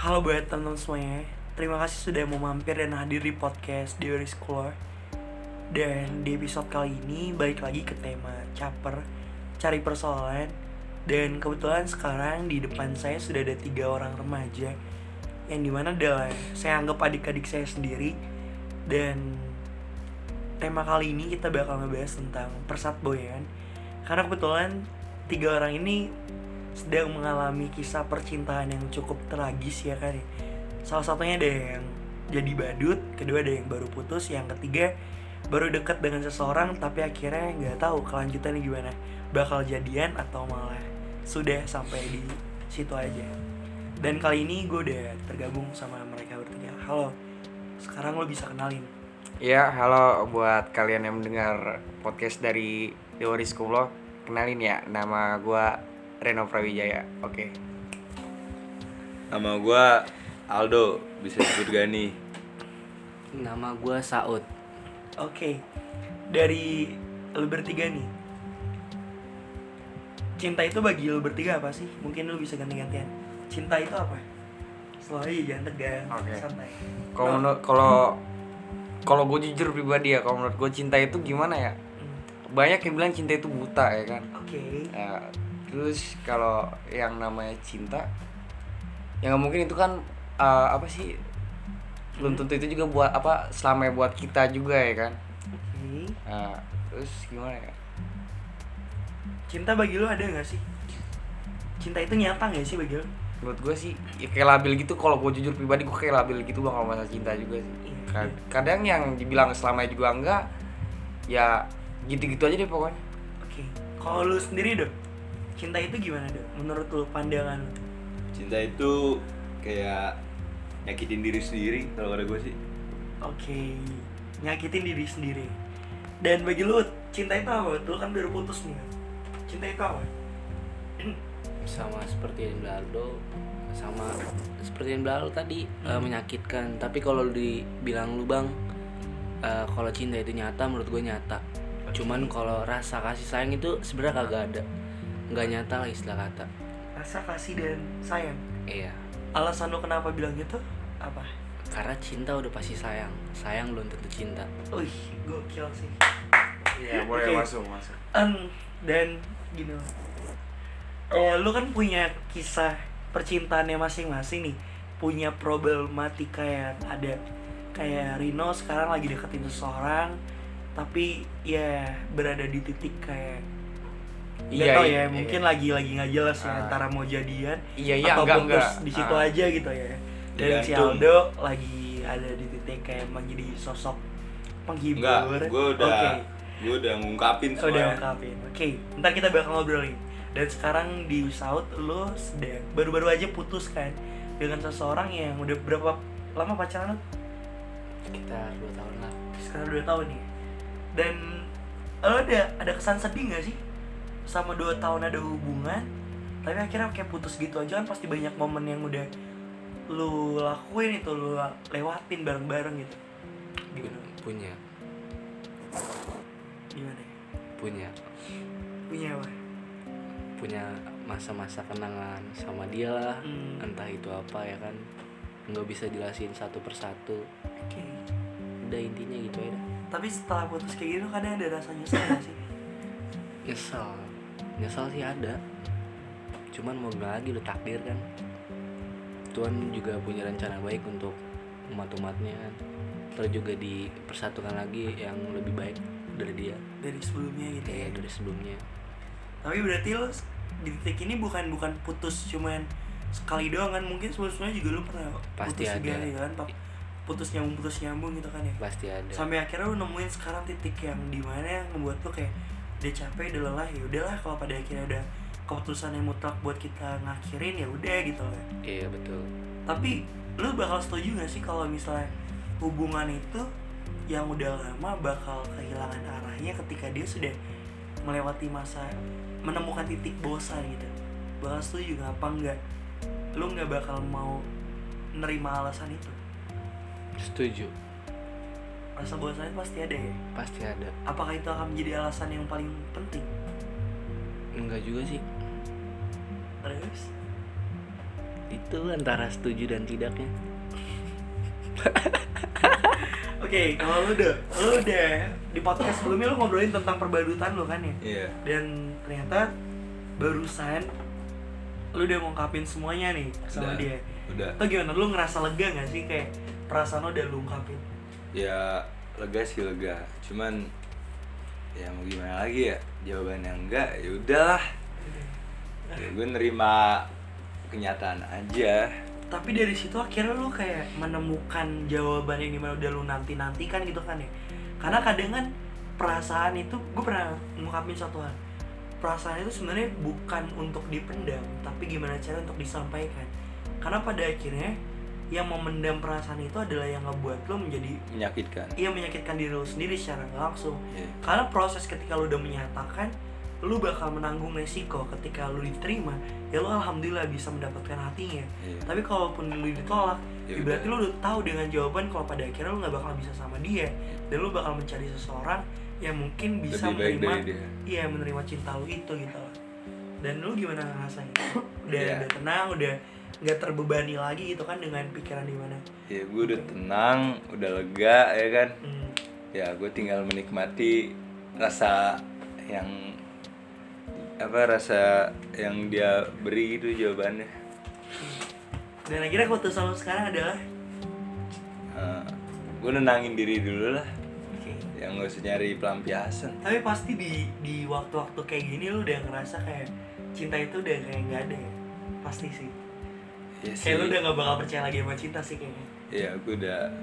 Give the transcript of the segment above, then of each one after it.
Halo buat teman-teman semuanya. Terima kasih sudah mau mampir dan hadir di podcast Theory Scholar. Dan di episode kali ini balik lagi ke tema caper, cari persoalan. Dan kebetulan sekarang di depan saya sudah ada 3 orang remaja, yang dimana adalah saya anggap adik-adik saya sendiri. Dan tema kali ini kita bakal ngebahas tentang persatboyan. Karena kebetulan 3 orang ini sedang mengalami kisah percintaan yang cukup tragis ya kan ya. Salah satunya ada yang jadi badut, kedua ada yang baru putus, yang ketiga baru dekat dengan seseorang tapi akhirnya nggak tahu kelanjutannya gimana, bakal jadian atau malah sudah sampai di situ aja. Dan kali ini gue udah tergabung sama mereka bertiga. Halo, sekarang lo bisa kenalin. Ya, halo buat kalian yang mendengar podcast dari Theory Scholar. Kenalin ya, nama gue Reno Prawijaya. Oke. Nama gue Aldo, bisa disebut Gani. Nama gue Saud. Oke, dari lo bertiga nih, cinta itu bagi lo bertiga apa sih? Mungkin lo bisa ganti-gantian. Cinta itu apa? Selalu aja, jangan tegang, Oke. santai. Kalau gue jujur pribadi ya, kalau menurut gue cinta itu gimana ya? Banyak yang bilang cinta itu buta ya kan. Oke. Ya, terus kalau yang namanya cinta, ya nggak mungkin itu kan apa sih? Belum tentu itu juga buat apa selamanya buat kita juga ya kan. Oke. Nah, terus gimana ya? Cinta bagi lo ada nggak sih? Cinta itu nyata nggak sih bagi lo? Menurut gue sih ya kayak labil gitu. Kalau gue jujur pribadi, gue kayak labil gitu bang kalau masalah cinta juga sih. Iya. Kadang yang dibilang selamanya juga enggak, ya gitu-gitu aja deh pokoknya. Oke. Kalau lo sendiri dong, cinta itu gimana dong? Menurut lo, pandangan lo? Cinta itu kayak nyakitin diri sendiri kalau kata gue sih. Oke. Nyakitin diri sendiri. Dan bagi lo, cinta itu apa? Lo kan baru putus nih kan? Cinta itu apa? Sama seperti yang Aldo, sama seperti yang Aldo tadi, menyakitkan. Tapi kalau dibilang lu bang, kalau cinta itu nyata, menurut gue nyata. Cuman kalau rasa kasih sayang itu sebenarnya kagak ada, nggak nyata lah istilah kata. Rasa kasih dan sayang. Iya, Alasan lo kenapa bilang gitu apa? karena cinta udah pasti sayang, sayang belum tentu cinta. Wih, gokil sih. Iya, boleh Oke. masuk. Dan gini loh, lu kan punya kisah percintaannya masing-masing nih, punya problematika yang ada. Kayak Rino sekarang lagi deketin seseorang, tapi ya berada di titik kayak nggak tahu ya, mungkin lagi nggak jelas ya antara mau jadian Iya, atau enggak. putus di situ aja gitu ya. Dan si Tergantung. Aldo lagi ada di titik kayak menjadi sosok penghibur. Enggak, gue Oke. udah ngungkapin Udah semuanya. ungkapin. Oke, ntar kita bakal ngobrol nih. Dan sekarang di Saud lo sedang baru-baru aja putus kan dengan seseorang yang udah berapa lama pacaran lo? Sekitar 2 tahun lah. Sekarang 2 tahun nih. Dan lo ada kesan sedih gak sih sama 2 tahun ada hubungan tapi akhirnya kayak putus gitu aja? Kan pasti banyak momen yang udah lu lakuin itu, lu lewatin bareng-bareng gitu. Gimana? Punya Gimana ya? punya Punya apa? punya masa-masa kenangan sama dia lah. Hmm. Entah itu apa ya kan, nggak bisa jelasin satu persatu. Oke. Udah intinya gitu ya dah. Tapi setelah putus kayak gitu kadang ada rasa nyesel gak sih? Nyesal sih ada, cuman mau gimana lagi, udah takdir kan. Tuhan juga punya rencana baik untuk umat-umatnya kan. Terus juga dipersatukan lagi yang lebih baik dari dia, Dari sebelumnya gitu ya. dari sebelumnya. Tapi berarti lo di titik ini bukan putus cuman sekali doang kan? Mungkin sebelumnya juga lo pernah Pasti putus ada. juga ya kan? Putus nyambung gitu kan ya? Pasti ada. Sampai akhirnya lo nemuin sekarang titik yang dimana yang membuat lo kayak udah capek, udah lelah, ya udahlah, kalau pada akhirnya udah keputusan yang mutlak buat kita ngakhirin ya udah gitu kan. Iya betul. Tapi lo bakal setuju gak sih kalau misalnya hubungan itu yang udah lama bakal kehilangan arahnya ketika dia sudah melewati masa menemukan titik bosan gitu? Bakal setuju gak apa enggak? Lo gak bakal mau nerima alasan itu? Setuju. Rasa bosan itu pasti ada ya? Pasti ada. Apakah itu akan menjadi alasan yang paling penting? Enggak juga sih. Terus? Itu antara setuju dan tidaknya. Oke, kalau lu udah di podcast sebelumnya lu ngobrolin tentang perbadutan lu kan ya? Iya. Dan ternyata barusan lu udah ngungkapin semuanya nih sama Udah. dia. Udah. Atau gimana? Lu ngerasa lega gak sih kayak perasaan lu udah lu ungkapin? Ya lega sih lega. Cuman ya mau gimana lagi ya? Jawabannya enggak, ya udahlah. Ya, gue nerima kenyataan aja. Tapi dari situ akhirnya lu kayak menemukan jawaban yang dimana udah lu nanti-nantikan gitu kan ya. Karena kadang kan perasaan itu, gue pernah ngungkapin satu hal, perasaan itu sebenarnya bukan untuk dipendam, tapi gimana cara untuk disampaikan. Karena pada akhirnya yang memendam perasaan itu adalah yang ngebuat lu menjadi Menyakitkan. menyakitkan diri lu sendiri secara nggak langsung. Iya. Karena proses ketika lu udah menyatakan, lu bakal menanggung resiko. Ketika lu diterima, ya lu alhamdulillah bisa mendapatkan hatinya. Iya. Tapi kalaupun lu ditolak, Ya ya berarti udah. lu udah tahu dengan jawaban kalau pada akhirnya lu nggak bakal bisa sama dia, dan lu bakal mencari seseorang yang mungkin bisa Lebih baik menerima, dari dia. iya, menerima cinta lu itu gitu loh. Dan lu gimana rasanya? Udah Iya. udah tenang, udah nggak terbebani lagi gitu kan dengan pikiran di mana? Ya gue udah tenang, udah lega ya kan. Hmm. Ya gue tinggal menikmati rasa yang rasa yang dia beri itu jawabannya. Dan akhirnya keputusan lu sekarang adalah Gue nenangin diri dulu lah, oke. yang gak usah nyari pelampiasan. Tapi pasti di waktu-waktu kayak gini lu udah ngerasa kayak cinta itu udah kayak nggak ada ya? Pasti sih. Ya Kayak lu udah gak bakal percaya lagi sama cinta sih kayaknya. Ya gue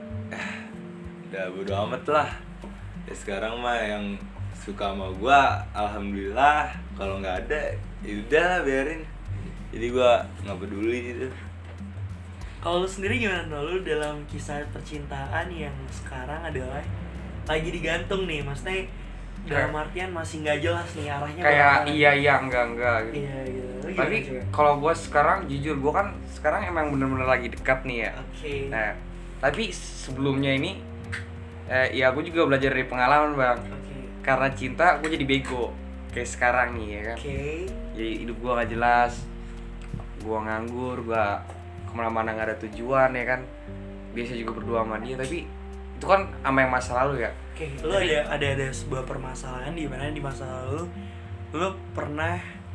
udah bodo amat lah. Ya sekarang mah yang suka sama gue alhamdulillah, kalau nggak ada ya udah lah, biarin. Jadi gue nggak peduli gitu. Kalau lu sendiri gimana tuh? Lu dalam kisah percintaan yang sekarang adalah lagi digantung nih, maksudnya dalam artian masih nggak jelas nih arahnya Kayak kemana. iya enggak gitu. Iya gitu. Lu gimana, Tapi coba? kalau gue sekarang jujur, gue kan sekarang emang bener-bener lagi dekat nih ya. Oke. Nah, tapi sebelumnya ini ya gue juga belajar dari pengalaman bang. Oke. Karena cinta gue jadi bego kayak sekarang nih ya kan. Oke. Jadi hidup gue gak jelas, gue nganggur, gue kemana-mana gak ada tujuan ya kan. Biasa juga berdua sama dia, tapi itu kan sama yang masa lalu ya. Oke, lu ada sebuah permasalahan di mana di masa lalu lu pernah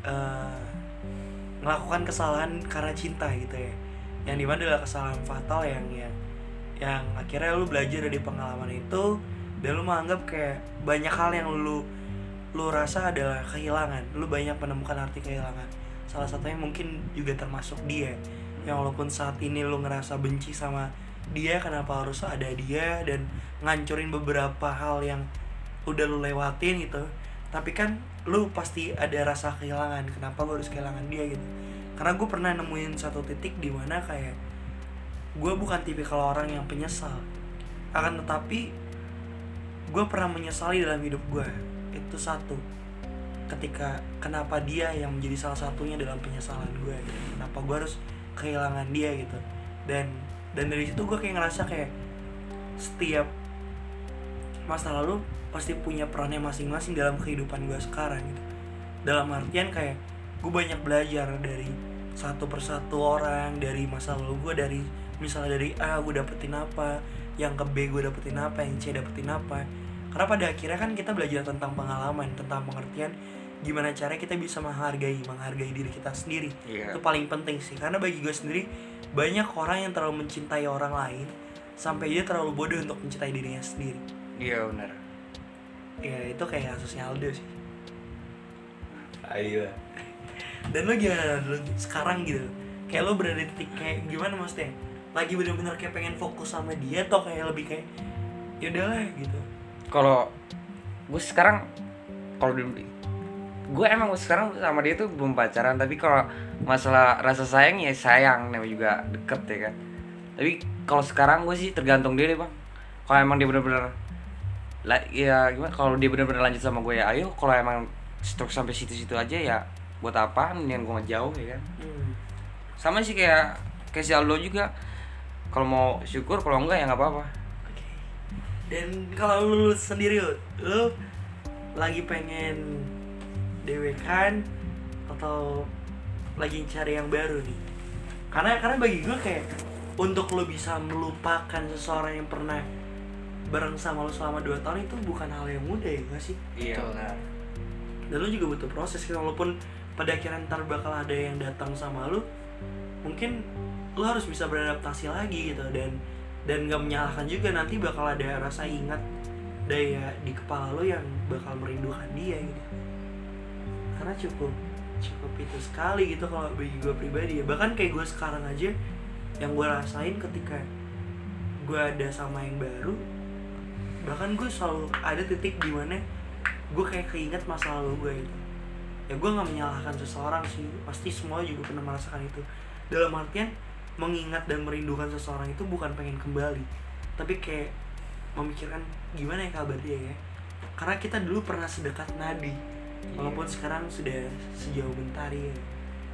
melakukan kesalahan karena cinta gitu ya. Yang dimana adalah kesalahan fatal yang akhirnya lu belajar dari pengalaman itu, dan lu menganggap kayak banyak hal yang lu rasa adalah kehilangan. Lu banyak menemukan arti kehilangan. Salah satunya mungkin juga termasuk dia. Yang walaupun saat ini lu ngerasa benci sama dia, kenapa harus ada dia, dan ngancurin beberapa hal yang udah lu lewatin gitu, tapi kan lu pasti ada rasa kehilangan. Kenapa lu harus kehilangan dia gitu? Karena gue pernah nemuin satu titik di mana kayak gue bukan tipikal orang yang penyesal, akan tetapi gue pernah menyesali dalam hidup gue. Itu satu, ketika kenapa dia yang menjadi salah satunya dalam penyesalan gue gitu. Kenapa gue harus kehilangan dia gitu. Dan dari situ gue kayak ngerasa kayak setiap masa lalu pasti punya perannya masing-masing dalam kehidupan gue sekarang gitu. Dalam artian kayak gue banyak belajar dari satu persatu orang, dari masa lalu gue, dari misalnya dari A gue dapetin apa, yang ke B gue dapetin apa, yang C dapetin apa. Karena pada akhirnya kan kita belajar tentang pengalaman, tentang pengertian gimana cara kita bisa menghargai diri kita sendiri. Iya. Itu paling penting sih, karena bagi gue sendiri banyak orang yang terlalu mencintai orang lain sampai dia terlalu bodoh untuk mencintai dirinya sendiri. Iya benar. Ya itu kayak kasusnya Aldo sih. Ayo. Dan lo gimana dulu sekarang gitu? Kayak lo berada di titik kayak gimana maksudnya? Lagi bener-bener kayak pengen fokus sama dia atau kayak lebih kayak ya udahlah gitu? Kalau gue sekarang, kalau gue emang sekarang sama dia tuh belum pacaran, tapi kalau masalah rasa sayang ya sayang, namanya juga deket ya kan. Tapi kalau sekarang gue sih tergantung dia deh bang. Kalau emang dia bener-bener ya gimana, kalau dia bener-bener lanjut sama gue ya ayo. Kalau emang stok sampai situ-situ aja ya buat apa, mendingan gue ngejauh ya kan. Sama sih kayak si Aldo juga, kalau mau syukur, kalau enggak ya nggak apa-apa. Oke. Dan kalau lu sendiri lu lagi pengen DW-kan atau lagi cari yang baru nih? Karena bagi gue kayak untuk lo bisa melupakan seseorang yang pernah bareng sama lo selama 2 tahun itu bukan hal yang mudah ya gak sih? Iya Betul. benar. Dan lo juga butuh proses gitu, walaupun pada akhirnya ntar bakal ada yang datang sama lo, mungkin lo harus bisa beradaptasi lagi gitu, dan gak menyalahkan juga, nanti bakal ada rasa ingat daya di kepala lo yang bakal merindukan dia gitu. Karena cukup itu sekali gitu kalau bagi gue pribadi ya. Bahkan kayak gue sekarang aja, yang gue rasain ketika gue ada sama yang baru, bahkan gue selalu ada titik dimana gue kayak keinget masa lalu gue gitu. Ya gue gak menyalahkan seseorang sih, pasti semua juga pernah merasakan itu. Dalam artian mengingat dan merindukan seseorang itu bukan pengen kembali, tapi kayak memikirkan gimana ya kabar dia ya. Karena kita dulu pernah sedekat nadi, walaupun sekarang sudah sejauh mentari ya.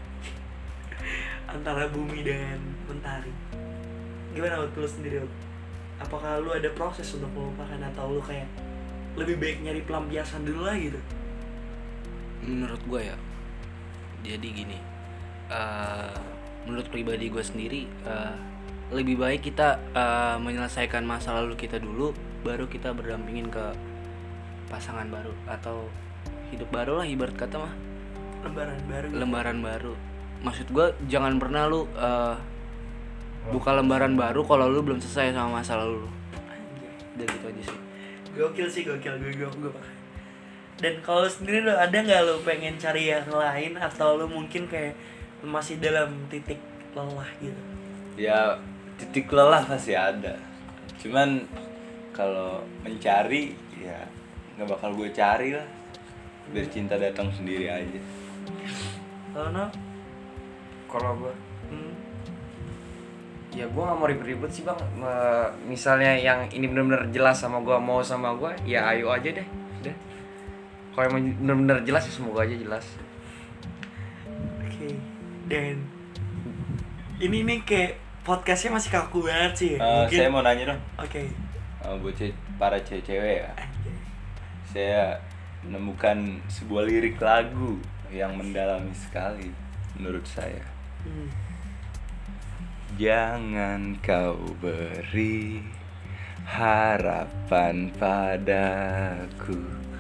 Antara bumi dan mentari. Gimana Ut, lu sendiri Ut? Apakah lu ada proses untuk melupakan, atau lu kayak lebih baik nyari pelampiasan dulu lah gitu? Menurut gue ya, jadi gini, menurut pribadi gue sendiri, lebih baik kita menyelesaikan masa lalu kita dulu, baru kita berdampingin ke pasangan baru atau hidup baru lah, ibarat kata mah lembaran baru. Maksud gue jangan pernah lu buka lembaran baru kalau lu belum selesai sama masa lalu lu. Udah gitu aja sih. Gokil sih, gokil gue. Dan kalau sendiri lo ada nggak lo pengen cari yang lain, atau lo mungkin kayak masih dalam titik lelah gitu? Ya titik lelah pasti ada, cuman kalau mencari ya nggak bakal gue cari lah, biar cinta datang sendiri aja. Kalau no? Kalau gue ya gue gak mau ribet-ribet sih bang. Misalnya yang ini benar-benar jelas sama gue, mau sama gue, ya ayo aja deh. Udah. Kalau emang benar-benar jelas ya semoga aja jelas. Oke. Dan ini kayak podcastnya masih kaku banget sih. Saya mau nanya dong, Oke. buat para cewek ya, saya menemukan sebuah lirik lagu yang mendalami sekali menurut saya. Jangan kau beri harapan padaku,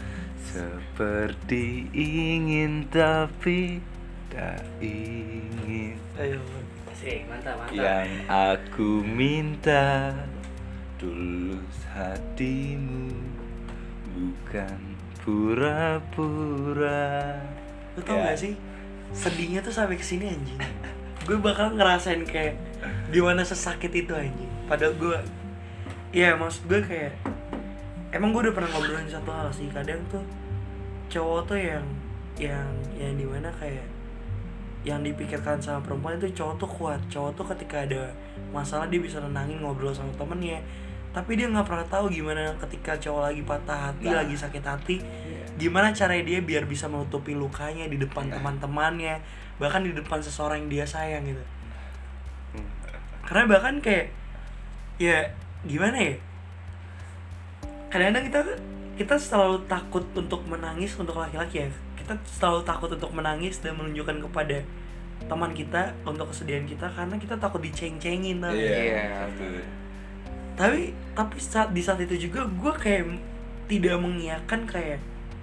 seperti ingin tapi tak ingin. Ayo. Asik, mantap. Yang aku minta tulus hatimu, bukan pura-pura. Lu tau gak sih, sedihnya tuh sampai kesini anjing. Gue bakal ngerasain kayak dimana sesakit itu anjing. Padahal gue, ya maksud gue kayak, emang gue udah pernah ngobrolin satu hal sih. Kadang tuh cowok tuh yang dimana kayak yang dipikirkan sama perempuan itu cowok tuh kuat. Cowok tuh ketika ada masalah dia bisa nenangin, ngobrol sama temennya. Tapi dia nggak pernah tahu gimana ketika cowok lagi patah hati, lagi sakit hati, gimana caranya dia biar bisa menutupi lukanya di depan teman-temannya, bahkan di depan seseorang yang dia sayang gitu. Karena bahkan kayak, ya gimana ya, kadang-kadang kita selalu takut untuk menangis untuk laki-laki ya. Kita selalu takut untuk menangis dan menunjukkan kepada teman kita untuk kesedihan kita, karena kita takut diceng-cengin. Iya. Tapi di saat itu juga gue kayak tidak mengiyakan kayak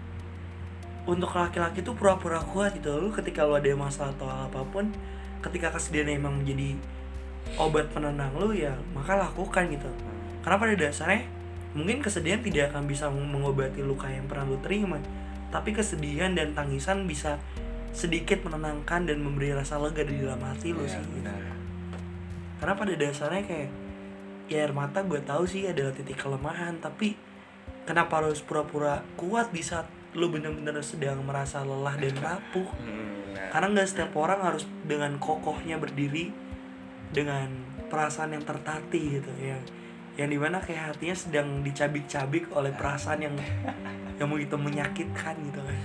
untuk laki-laki tuh pura-pura kuat gitu. Lu ketika lu ada masalah atau apapun, ketika kesedihan emang menjadi obat penenang lu, ya maka lakukan gitu. Karena pada dasarnya mungkin kesedihan tidak akan bisa mengobati luka yang pernah lu terima, tapi kesedihan dan tangisan bisa sedikit menenangkan dan memberi rasa lega di dalam hati lu sih gitu. Karena pada dasarnya kayak, ya air mata gue tahu sih adalah titik kelemahan, tapi kenapa harus pura-pura kuat di saat lu bener-bener sedang merasa lelah dan rapuh? Karena nggak setiap orang harus dengan kokohnya berdiri dengan perasaan yang tertatih gitu, yang dimana kayak hatinya sedang dicabik-cabik oleh perasaan yang begitu menyakitkan gitu kan.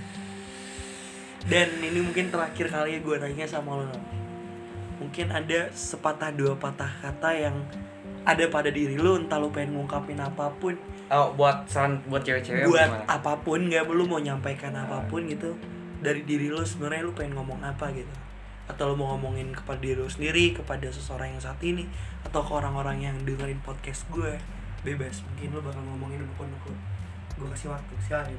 Dan ini mungkin terakhir kali gue nanya sama lo, mungkin ada sepatah dua patah kata yang ada pada diri lu, entah lu pengen ngungkapin apapun, Buat saran buat cewek-cewek buat gimana? apapun, nggak, lu mau nyampaikan apapun gitu dari diri lu, sebenarnya lu pengen ngomong apa gitu. atau lo mau ngomongin kepada diri lo sendiri, kepada seseorang yang saat ini, atau ke orang-orang yang dengerin podcast gue, bebas. Mungkin lo bakal ngomongin unek-unek lo. Gue kasih waktu, silakan.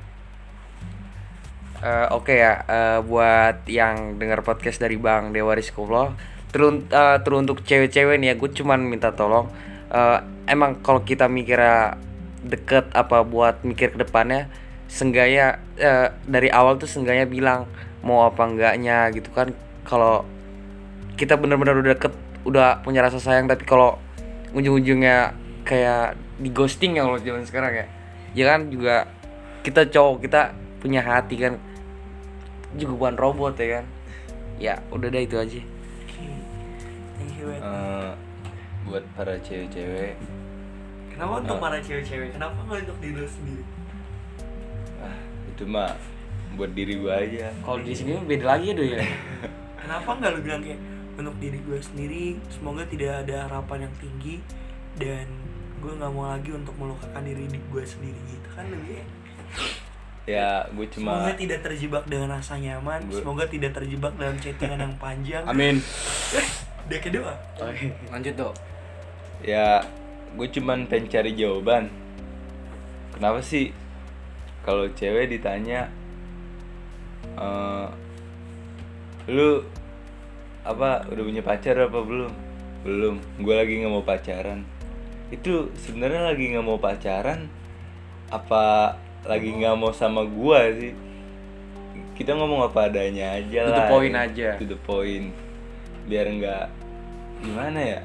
Oke ya, buat yang dengar podcast dari Bang Dewa Rizkullah, teruntuk cewek-cewek nih ya, gue cuman minta tolong, emang kalau kita mikirnya deket apa buat mikir ke depannya, seenggaknya dari awal tuh seenggaknya bilang mau apa enggaknya gitu kan. Kalau kita benar-benar udah deket, udah punya rasa sayang, tapi kalau ujung-ujungnya kayak di ghosting ya kalau zaman sekarang ya kan, juga kita cowok, kita punya hati kan, juga bukan robot ya kan. Ya udah deh, itu aja. Oke, thank you. Buat para cewek-cewek, Kenapa untuk para cewek-cewek? Kenapa nggak untuk diri lo sendiri? itu mah buat diri gua aja. Kalau di sini beda lagi ya, ya. Kenapa nggak lo bilang kayak untuk diri gue sendiri, semoga tidak ada harapan yang tinggi dan gue nggak mau lagi untuk melukakan diri gue sendiri gitu kan, lebih Ya gue cuma semoga tidak terjebak dengan rasa nyaman, semoga tidak terjebak dalam chattingan yang panjang. amin. Udah kedua. Lanjut dong. Ya gue cuman pengen cari jawaban. Kenapa sih kalau cewek ditanya lu apa udah punya pacar apa belum? Belum. Gue lagi nggak mau pacaran. Itu sebenarnya lagi nggak mau pacaran apa lagi nggak mau sama gua sih? Kita ngomong apa adanya aja To lah. the point aja. To the point. Biar nggak gimana ya?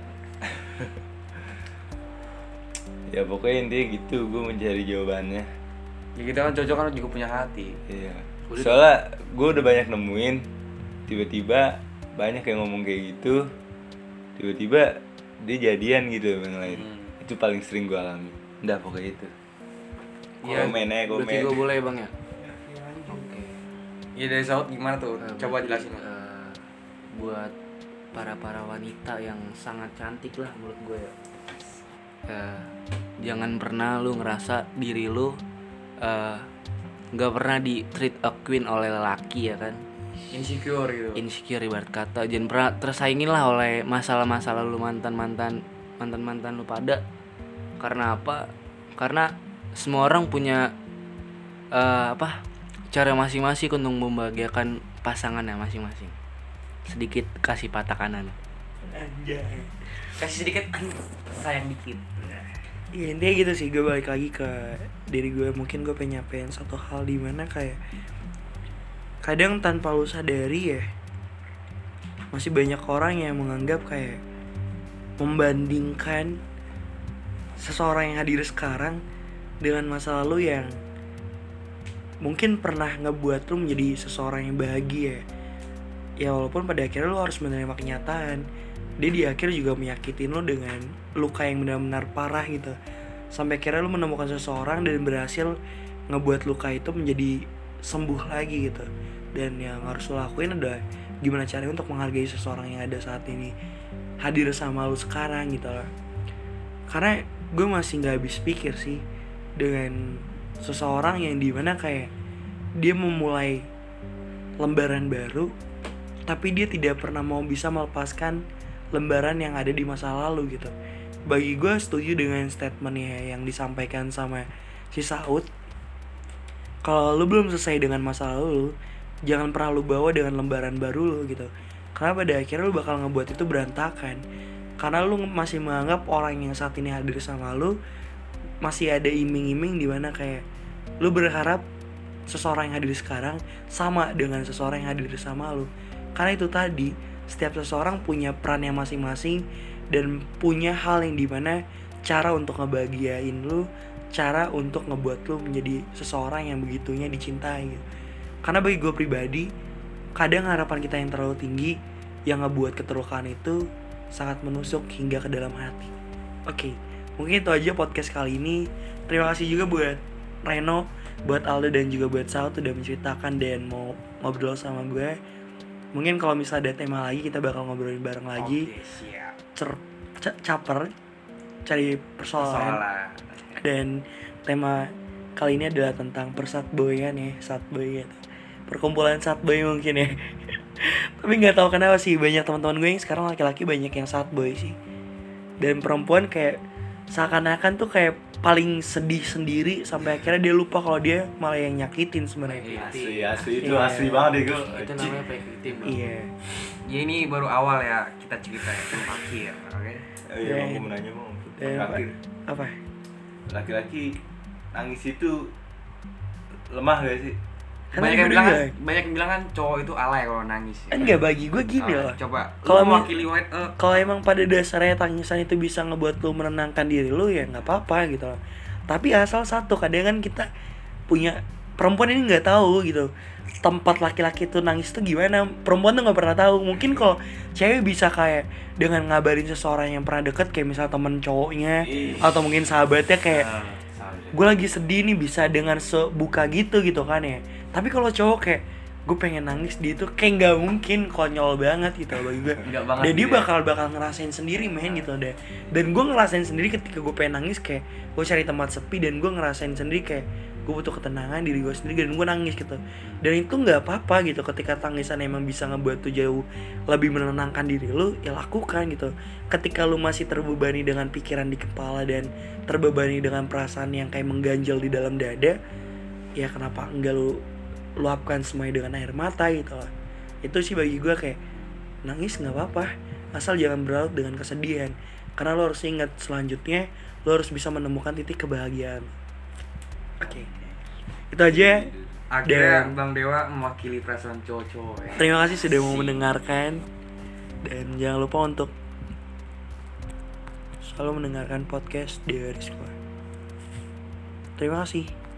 Ya pokoknya intinya gitu, gue mencari jawabannya. Ya kita kan cocok kan juga punya hati. Iya. Soalnya gue udah banyak nemuin, tiba-tiba banyak yang ngomong kayak gitu, tiba-tiba dia jadian gitu sama yang lain. Itu paling sering gue alami. Udah pokoknya itu. Iya. Komen aja, komen. Berarti gue boleh bang ya? Oke. Iya, dari Saud gimana tuh? Coba Berarti, jelasin. buat para wanita yang sangat cantik lah menurut gue ya. Jangan pernah lu ngerasa diri lu nggak pernah di treat a queen oleh lelaki ya kan. Insecure gitu. Insecure ibarat kata. Jangan pernah tersaingin lah oleh masalah-masalah lu mantan lu pada. Karena apa? Karena semua orang punya cara masing-masing untuk membahagiakan pasangannya masing-masing. Sedikit kasih patah kanan. Anjay. Kasih sedikit sayang dikit. Ya intinya gitu sih, gue balik lagi ke diri gue. Mungkin gue pengen nyampein satu hal di mana kayak kadang tanpa lu sadari ya, masih banyak orang yang menganggap kayak membandingkan seseorang yang hadir sekarang dengan masa lalu yang mungkin pernah ngebuat lu menjadi seseorang yang bahagia. Ya walaupun pada akhirnya lu harus menerima kenyataan, dia di akhir juga meyakitin lu dengan luka yang benar-benar parah gitu. Sampai akhirnya lu menemukan seseorang dan berhasil ngebuat luka itu menjadi sembuh lagi gitu. Dan yang harus lu lakuin adalah gimana caranya untuk menghargai seseorang yang ada saat ini hadir sama lu sekarang gitu loh. Karena gue masih gak habis pikir sih dengan seseorang yang dimana kayak dia memulai lembaran baru, tapi dia tidak pernah mau bisa melepaskan lembaran yang ada di masa lalu gitu. Bagi gue setuju dengan statementnya yang disampaikan sama si Saud. Kalau lu belum selesai dengan masa lalu, jangan pernah lu bawa dengan lembaran baru lu gitu. Karena pada akhirnya lu bakal ngebuat itu berantakan. Karena lu masih menganggap orang yang saat ini hadir sama lu masih ada iming-iming di mana kayak lu berharap seseorang yang hadir sekarang sama dengan seseorang yang hadir sama lu. Karena itu tadi, setiap seseorang punya perannya masing-masing dan punya hal yang dimana cara untuk ngebahagiain lu, cara untuk ngebuat lu menjadi seseorang yang begitunya dicintai gitu. Karena bagi gue pribadi, kadang harapan kita yang terlalu tinggi yang ngebuat keterlukaan itu sangat menusuk hingga ke dalam hati. Oke, mungkin itu aja podcast kali ini. Terima kasih juga buat Reno, buat Aldo dan juga buat Saud udah menceritakan dan mau ngobrol sama gue. Mungkin kalau misalnya ada tema lagi kita bakal ngobrolin bareng lagi. Oke, siap. Caper cari persoalan. Dan tema kali ini adalah tentang persatboyan ya, satboy gitu. Perkumpulan satboy mungkin ya. Tapi nggak tahu kenapa sih banyak teman-teman gue yang sekarang laki-laki banyak yang sad boy sih. Dan perempuan kayak seakan-akan tuh kayak paling sedih sendiri sampai akhirnya dia lupa kalau dia malah yang nyakitin sebenarnya. Asli itu Iya. asli banget deh gue. Itu namanya fake victim, Bang. Iya. Ya ini baru awal ya kita cerita ya, belum akhir, oke? Iya, bang, gue mau nanya bang. Terakhir, Apa? laki-laki nangis itu lemah gak sih? Karena Banyak yang gue bilang kan, juga- banyak yang bilang kan cowok itu alay kalau nangis. Ya. Enggak, bagi gue gini Ah, loh. Coba Kalau kalau mi- mewakili white Kalau emang pada dasarnya tangisan itu bisa ngebuat lu menenangkan diri lu, ya nggak apa-apa gitu loh. Tapi asal satu, kadang kan kita punya perempuan ini nggak tahu gitu tempat laki-laki tuh nangis tuh gimana. Perempuan tuh nggak pernah tahu. Mungkin kalau cewek bisa kayak dengan ngabarin seseorang yang pernah deket, kayak misal temen cowoknya atau mungkin sahabatnya, kayak gue lagi sedih nih, bisa dengan sebuka gitu kan ya. Tapi kalau cowok kayak gue pengen nangis, dia tuh kayak nggak mungkin, konyol banget gitu bagi gue. Nggak banget Dan dia dia. bakal ngerasain sendiri men gitu deh. Dan gue ngerasain sendiri ketika gue pengen nangis, kayak gue cari tempat sepi dan gue ngerasain sendiri kayak gue butuh ketenangan diri gue sendiri dan gue nangis gitu. Dan itu nggak apa-apa gitu, ketika tangisan emang bisa ngebuat tuh jauh lebih menenangkan diri lu, ya lakukan gitu. Ketika lu masih terbebani dengan pikiran di kepala dan terbebani dengan perasaan yang kayak mengganjal di dalam dada, ya kenapa enggak lu luapkan semuanya dengan air mata gitu loh. Itu sih bagi gue kayak nangis nggak apa-apa, asal jangan berlarut dengan kesedihan. Karena lo harus ingat selanjutnya lo harus bisa menemukan titik kebahagiaan. Oke. Itu aja. Akhirnya Dan- Bang Dewa mewakili perasaan cowok-cowok ya. Terima kasih sudah mau mendengarkan. Dan jangan lupa untuk selalu mendengarkan podcast Dewa Rizko. Terima kasih.